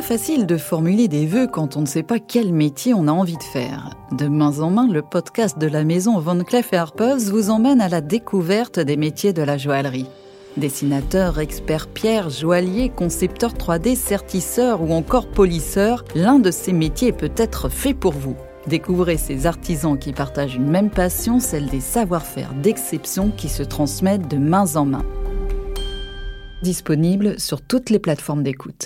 facile de formuler des vœux quand on ne sait pas quel métier on a envie de faire. De main en main, le podcast de la maison Van Cleef & Arpels vous emmène à la découverte des métiers de la joaillerie. Dessinateur, expert pierre, joaillier, concepteur 3D, sertisseur ou encore polisseur, l'un de ces métiers est peut-être fait pour vous. Découvrez ces artisans qui partagent une même passion, celle des savoir-faire d'exception qui se transmettent de main en main. Disponible sur toutes les plateformes d'écoute.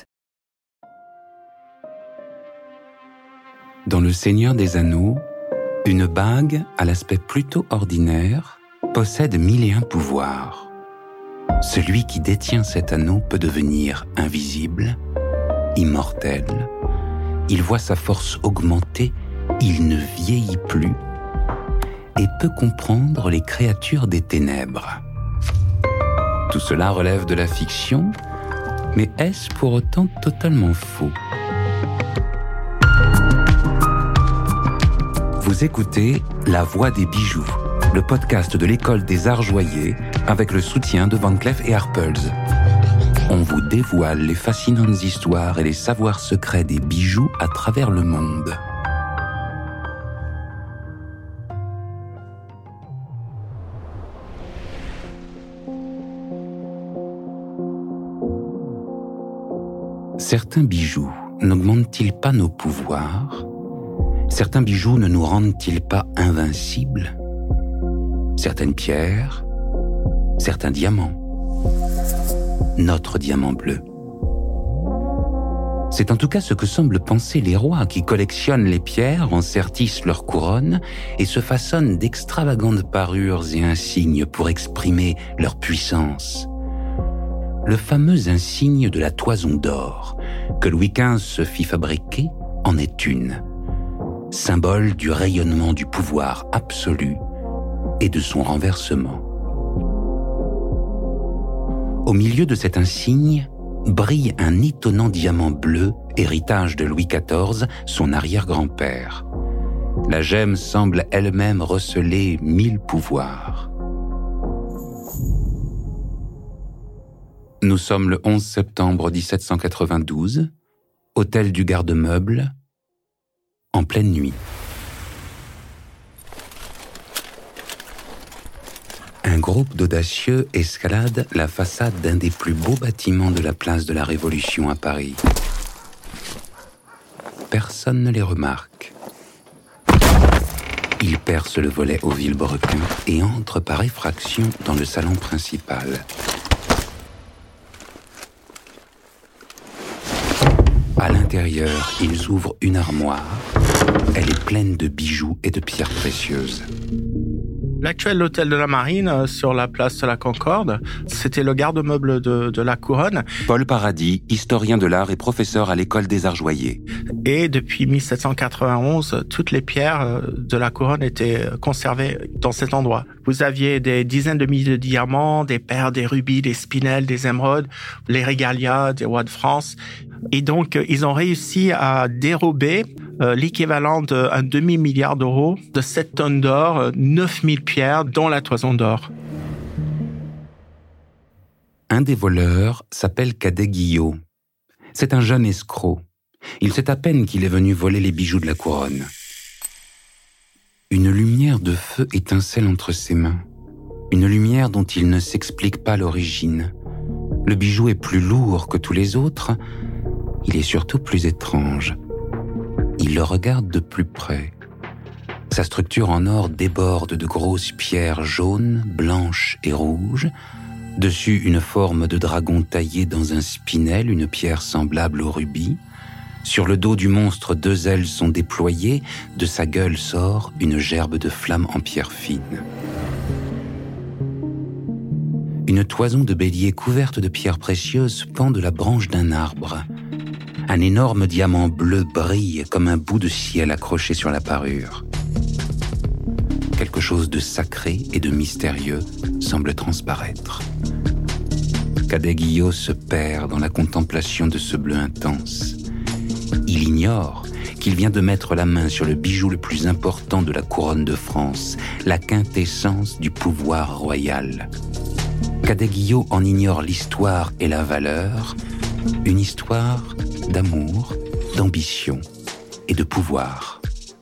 Dans Le Seigneur des Anneaux, une bague à l'aspect plutôt ordinaire possède 1001 pouvoirs. Celui qui détient cet anneau peut devenir invisible, immortel. Il voit sa force augmenter, il ne vieillit plus et peut comprendre les créatures des ténèbres. Tout cela relève de la fiction, mais est-ce pour autant totalement faux ? Vous écoutez La Voix des bijoux, le podcast de l'École des Arts Joailliers avec le soutien de Van Cleef & Arpels. On vous dévoile les fascinantes histoires et les savoirs secrets des bijoux à travers le monde. Certains bijoux n'augmentent-ils pas nos pouvoirs ? Certains bijoux ne nous rendent-ils pas invincibles ? Certaines pierres, certains diamants, notre diamant bleu. C'est en tout cas ce que semblent penser les rois qui collectionnent les pierres, en sertissent leurs couronnes et se façonnent d'extravagantes parures et insignes pour exprimer leur puissance. Le fameux insigne de la toison d'or, que Louis XV se fit fabriquer, en est une. Symbole du rayonnement du pouvoir absolu et de son renversement. Au milieu de cet insigne, brille un étonnant diamant bleu, héritage de Louis XIV, son arrière-grand-père. La gemme semble elle-même receler 1000 pouvoirs. Nous sommes le 11 septembre 1792, hôtel du Garde-Meuble, en pleine nuit. Un groupe d'audacieux escalade la façade d'un des plus beaux bâtiments de la place de la Révolution à Paris. Personne ne les remarque. Ils percent le volet au vilebrequin et entrent par effraction dans le salon principal. À l'intérieur, ils ouvrent une armoire. Elle est pleine de bijoux et de pierres précieuses. L'actuel hôtel de la Marine, sur la place de la Concorde, c'était le garde-meuble de la Couronne. Paul Paradis, historien de l'art et professeur à l'École des Arts Joailliers. Et depuis 1791, toutes les pierres de la Couronne étaient conservées dans cet endroit. Vous aviez des dizaines de milliers de diamants, des perles, des rubis, des spinels, des émeraudes, les régalias des rois de France. Et donc, ils ont réussi à dérober l'équivalent d'un demi-milliard d'euros, de 7 tonnes d'or, 9000 pierres, dont la toison d'or. Un des voleurs s'appelle Cadet Guillot. C'est un jeune escroc. Il sait à peine qu'il est venu voler les bijoux de la couronne. Une lumière de feu étincelle entre ses mains. Une lumière dont il ne s'explique pas l'origine. Le bijou est plus lourd que tous les autres. Il est surtout plus étrange. Il le regarde de plus près. Sa structure en or déborde de grosses pierres jaunes, blanches et rouges. Dessus, une forme de dragon taillé dans un spinel, une pierre semblable au rubis. Sur le dos du monstre, 2 ailes sont déployées. De sa gueule sort une gerbe de flammes en pierre fine. Une toison de bélier couverte de pierres précieuses pend de la branche d'un arbre. Un énorme diamant bleu brille comme un bout de ciel accroché sur la parure. Quelque chose de sacré et de mystérieux semble transparaître. Cadet Guillot se perd dans la contemplation de ce bleu intense. Il ignore qu'il vient de mettre la main sur le bijou le plus important de la couronne de France, la quintessence du pouvoir royal. Cadet Guillot en ignore l'histoire et la valeur, une histoire d'amour, d'ambition et de pouvoir.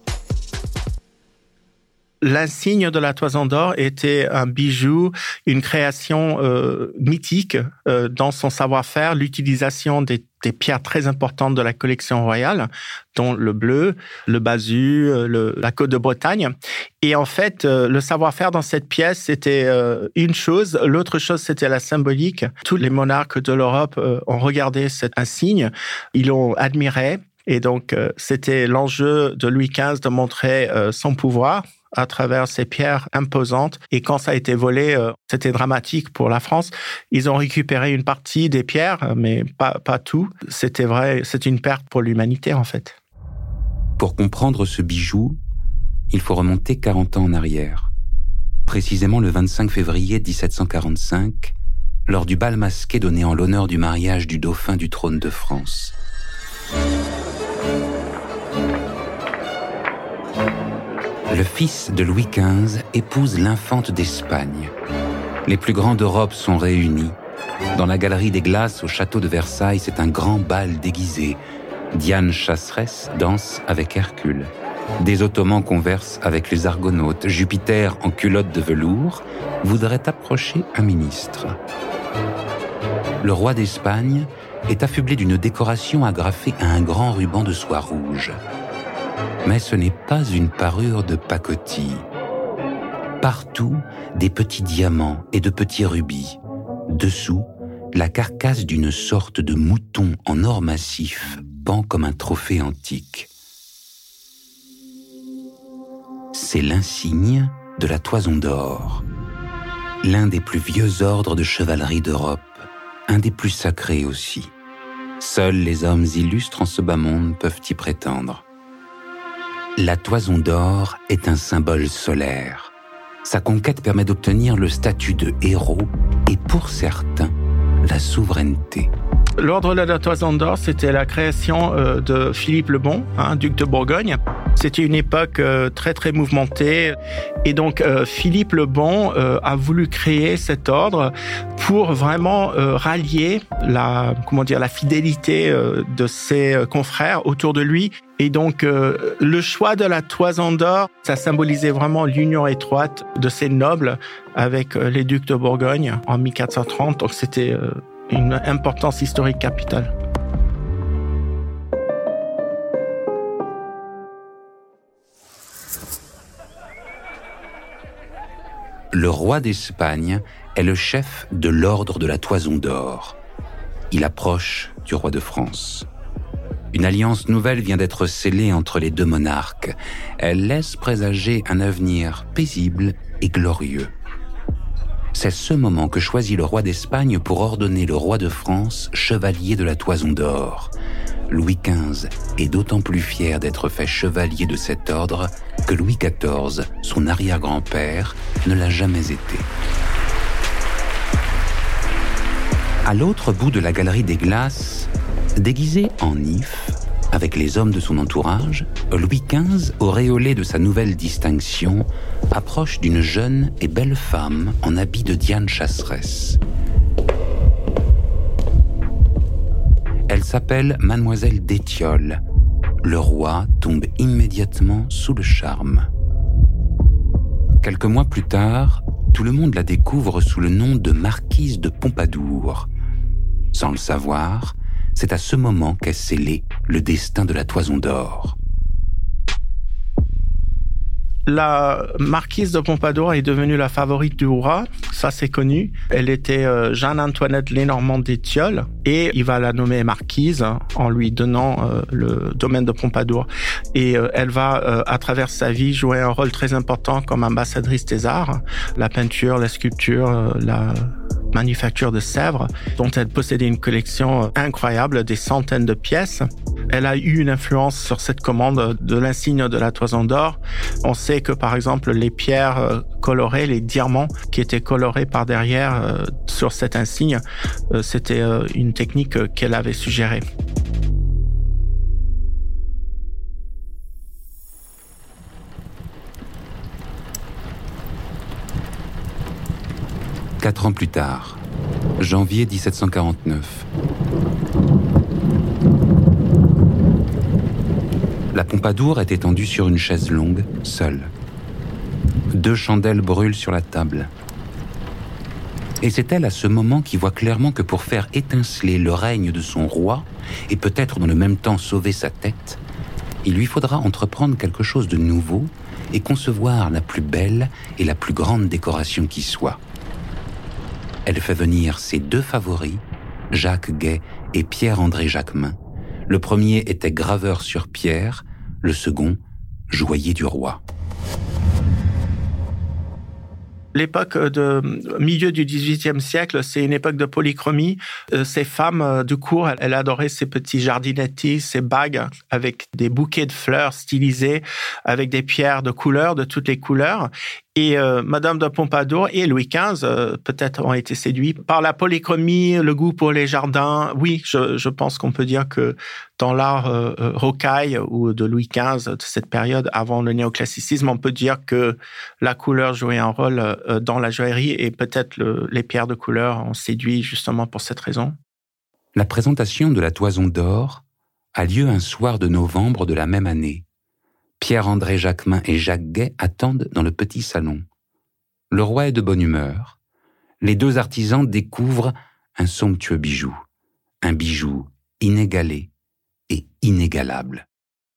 L'insigne de la Toison d'Or était un bijou, une création mythique dans son savoir-faire, l'utilisation des pierres très importantes de la collection royale, dont le bleu, le basu, la côte de Bretagne. Et en fait, le savoir-faire dans cette pièce, c'était une chose. L'autre chose, c'était la symbolique. Tous les monarques de l'Europe ont regardé cet insigne, ils l'ont admiré. Et donc, c'était l'enjeu de Louis XV de montrer son pouvoir à travers ces pierres imposantes. Et quand ça a été volé, c'était dramatique pour la France. Ils ont récupéré une partie des pierres, mais pas tout. C'était une perte pour l'humanité, en fait. Pour comprendre ce bijou, il faut remonter 40 ans en arrière. Précisément le 25 février 1745, lors du bal masqué donné en l'honneur du mariage du dauphin du trône de France. Le fils de Louis XV épouse l'infante d'Espagne. Les plus grands d'Europe sont réunis. Dans la galerie des Glaces au château de Versailles, c'est un grand bal déguisé. Diane chasseresse danse avec Hercule. Des Ottomans conversent avec les Argonautes. Jupiter, en culotte de velours, voudrait approcher un ministre. Le roi d'Espagne est affublé d'une décoration agrafée à un grand ruban de soie rouge. Mais ce n'est pas une parure de pacotille. Partout, des petits diamants et de petits rubis. Dessous, la carcasse d'une sorte de mouton en or massif pend comme un trophée antique. C'est l'insigne de la Toison d'Or, l'un des plus vieux ordres de chevalerie d'Europe, un des plus sacrés aussi. Seuls les hommes illustres en ce bas monde peuvent y prétendre. La Toison d'Or est un symbole solaire. Sa conquête permet d'obtenir le statut de héros et, pour certains, la souveraineté. L'ordre de la Toison d'Or, c'était la création de Philippe le Bon, duc de Bourgogne. C'était une époque très très mouvementée. Et donc Philippe le Bon a voulu créer cet ordre pour vraiment rallier la fidélité de ses confrères autour de lui. Et donc le choix de la Toison d'Or, ça symbolisait vraiment l'union étroite de ces nobles avec les ducs de Bourgogne en 1430. Donc c'était une importance historique capitale. Le roi d'Espagne est le chef de l'ordre de la Toison d'Or. Il approche du roi de France. Une alliance nouvelle vient d'être scellée entre les deux monarques. Elle laisse présager un avenir paisible et glorieux. C'est ce moment que choisit le roi d'Espagne pour ordonner le roi de France chevalier de la Toison d'Or. Louis XV est d'autant plus fier d'être fait chevalier de cet ordre que Louis XIV, son arrière-grand-père, ne l'a jamais été. À l'autre bout de la galerie des Glaces, déguisé en nymphe, avec les hommes de son entourage, Louis XV, auréolé de sa nouvelle distinction, approche d'une jeune et belle femme en habit de Diane chasseresse. Elle s'appelle Mademoiselle d'Étiole. Le roi tombe immédiatement sous le charme. Quelques mois plus tard, tout le monde la découvre sous le nom de Marquise de Pompadour. Sans le savoir, c'est à ce moment qu'est scellé le destin de la Toison d'Or. La marquise de Pompadour est devenue la favorite du roi, ça c'est connu. Elle était Jeanne-Antoinette Lenormand d'Étiole et il va la nommer marquise en lui donnant le domaine de Pompadour. Et elle va, à travers sa vie, jouer un rôle très important comme ambassadrice des arts, la peinture, la sculpture, la manufacture de Sèvres, dont elle possédait une collection incroyable, des centaines de pièces. Elle a eu une influence sur cette commande de l'insigne de la Toison d'Or. On sait que, par exemple, les pierres colorées, les diamants qui étaient colorés par derrière sur cet insigne, c'était une technique qu'elle avait suggérée. Quatre ans plus tard, janvier 1749. La Pompadour est étendue sur une chaise longue, seule. 2 chandelles brûlent sur la table. Et c'est elle à ce moment qui voit clairement que pour faire étinceler le règne de son roi, et peut-être dans le même temps sauver sa tête, il lui faudra entreprendre quelque chose de nouveau et concevoir la plus belle et la plus grande décoration qui soit. Elle fait venir ses 2 favoris, Jacques Guay et Pierre-André Jacquemin. Le premier était graveur sur pierre, le second, joaillier du roi. L'époque de milieu du XVIIIe siècle, c'est une époque de polychromie. Ces femmes de cour, elles adoraient ces petits jardinetti, ces bagues avec des bouquets de fleurs stylisés, avec des pierres de couleurs, de toutes les couleurs. Et Madame de Pompadour et Louis XV, peut-être, ont été séduits par la polychromie, le goût pour les jardins. Oui, je pense qu'on peut dire que dans l'art rocaille ou de Louis XV, de cette période avant le néoclassicisme, on peut dire que la couleur jouait un rôle dans la joaillerie et peut-être les pierres de couleur ont séduit justement pour cette raison. La présentation de la Toison d'Or a lieu un soir de novembre de la même année. Pierre-André Jacquemin et Jacques Guay attendent dans le petit salon. Le roi est de bonne humeur. Les 2 artisans découvrent un somptueux bijou. Un bijou inégalé et inégalable.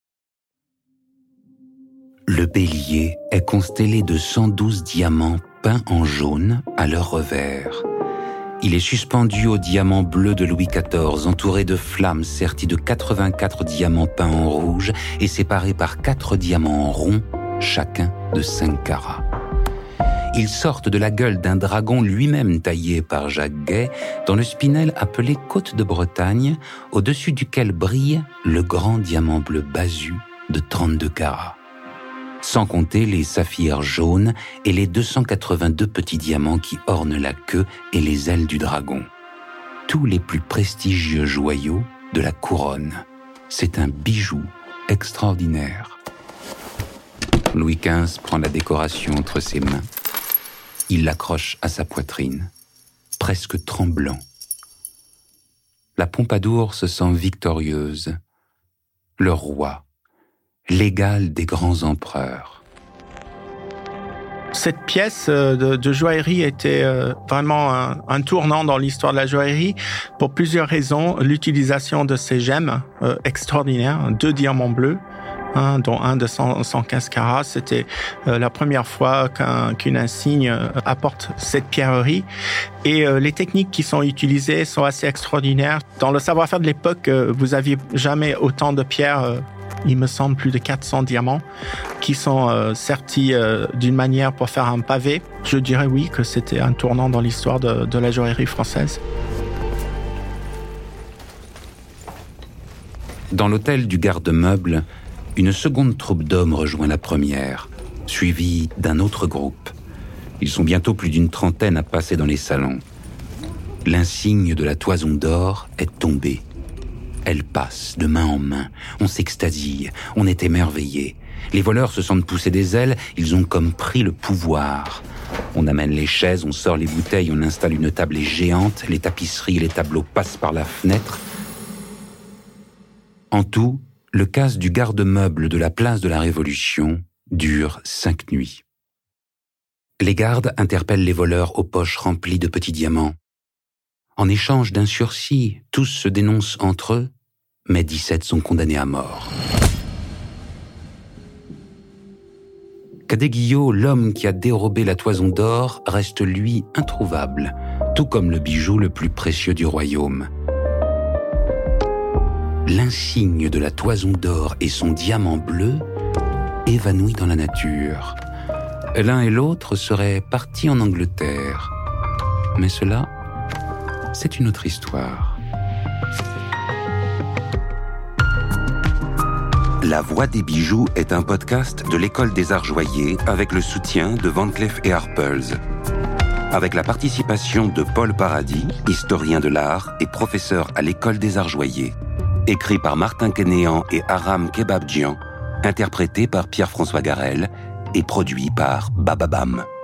Le bélier est constellé de 112 diamants peints en jaune à leur revers. Il est suspendu au diamant bleu de Louis XIV, entouré de flammes serties de 84 diamants peints en rouge et séparés par 4 diamants en rond, chacun de 5 carats. Ils sortent de la gueule d'un dragon lui-même taillé par Jacques Guay dans le spinel appelé Côte de Bretagne, au-dessus duquel brille le grand diamant bleu Basu de 32 carats. Sans compter les saphirs jaunes et les 282 petits diamants qui ornent la queue et les ailes du dragon. Tous les plus prestigieux joyaux de la couronne. C'est un bijou extraordinaire. Louis XV prend la décoration entre ses mains. Il l'accroche à sa poitrine, presque tremblant. La Pompadour se sent victorieuse. Le roi, l'égal des grands empereurs. Cette pièce de joaillerie était vraiment un tournant dans l'histoire de la joaillerie pour plusieurs raisons. L'utilisation de ces gemmes extraordinaires, 2 diamants bleus, dont un de 115 carats. C'était la première fois qu'une insigne apporte cette pierrerie. Et les techniques qui sont utilisées sont assez extraordinaires. Dans le savoir-faire de l'époque, vous aviez jamais autant de pierres. Il me semble plus de 400 diamants qui sont sertis d'une manière pour faire un pavé. Je dirais oui que c'était un tournant dans l'histoire de la joaillerie française. Dans l'hôtel du garde-meuble, une seconde troupe d'hommes rejoint la première, suivie d'un autre groupe. Ils sont bientôt plus d'une trentaine à passer dans les salons. L'insigne de la Toison d'Or est tombée. Elle passe de main en main. On s'extasie, on est émerveillé. Les voleurs se sentent pousser des ailes, ils ont comme pris le pouvoir. On amène les chaises, on sort les bouteilles, on installe une table géante, les tapisseries et les tableaux passent par la fenêtre. En tout, le casse du garde-meuble de la place de la Révolution dure 5 nuits. Les gardes interpellent les voleurs aux poches remplies de petits diamants. En échange d'un sursis, tous se dénoncent entre eux, mais 17 sont condamnés à mort. Cadet Guillot, l'homme qui a dérobé la Toison d'Or, reste lui introuvable, tout comme le bijou le plus précieux du royaume. L'insigne de la Toison d'Or et son diamant bleu évanouis dans la nature. L'un et l'autre seraient partis en Angleterre. Mais cela, c'est une autre histoire. La Voix des bijoux est un podcast de l'École des Arts Joailliers avec le soutien de Van Cleef & Arpels. Avec la participation de Paul Paradis, historien de l'art et professeur à l'École des Arts Joailliers. Écrit par Martin Kenéan et Aram Kebabdjian, interprété par Pierre-François Garel et produit par Bababam.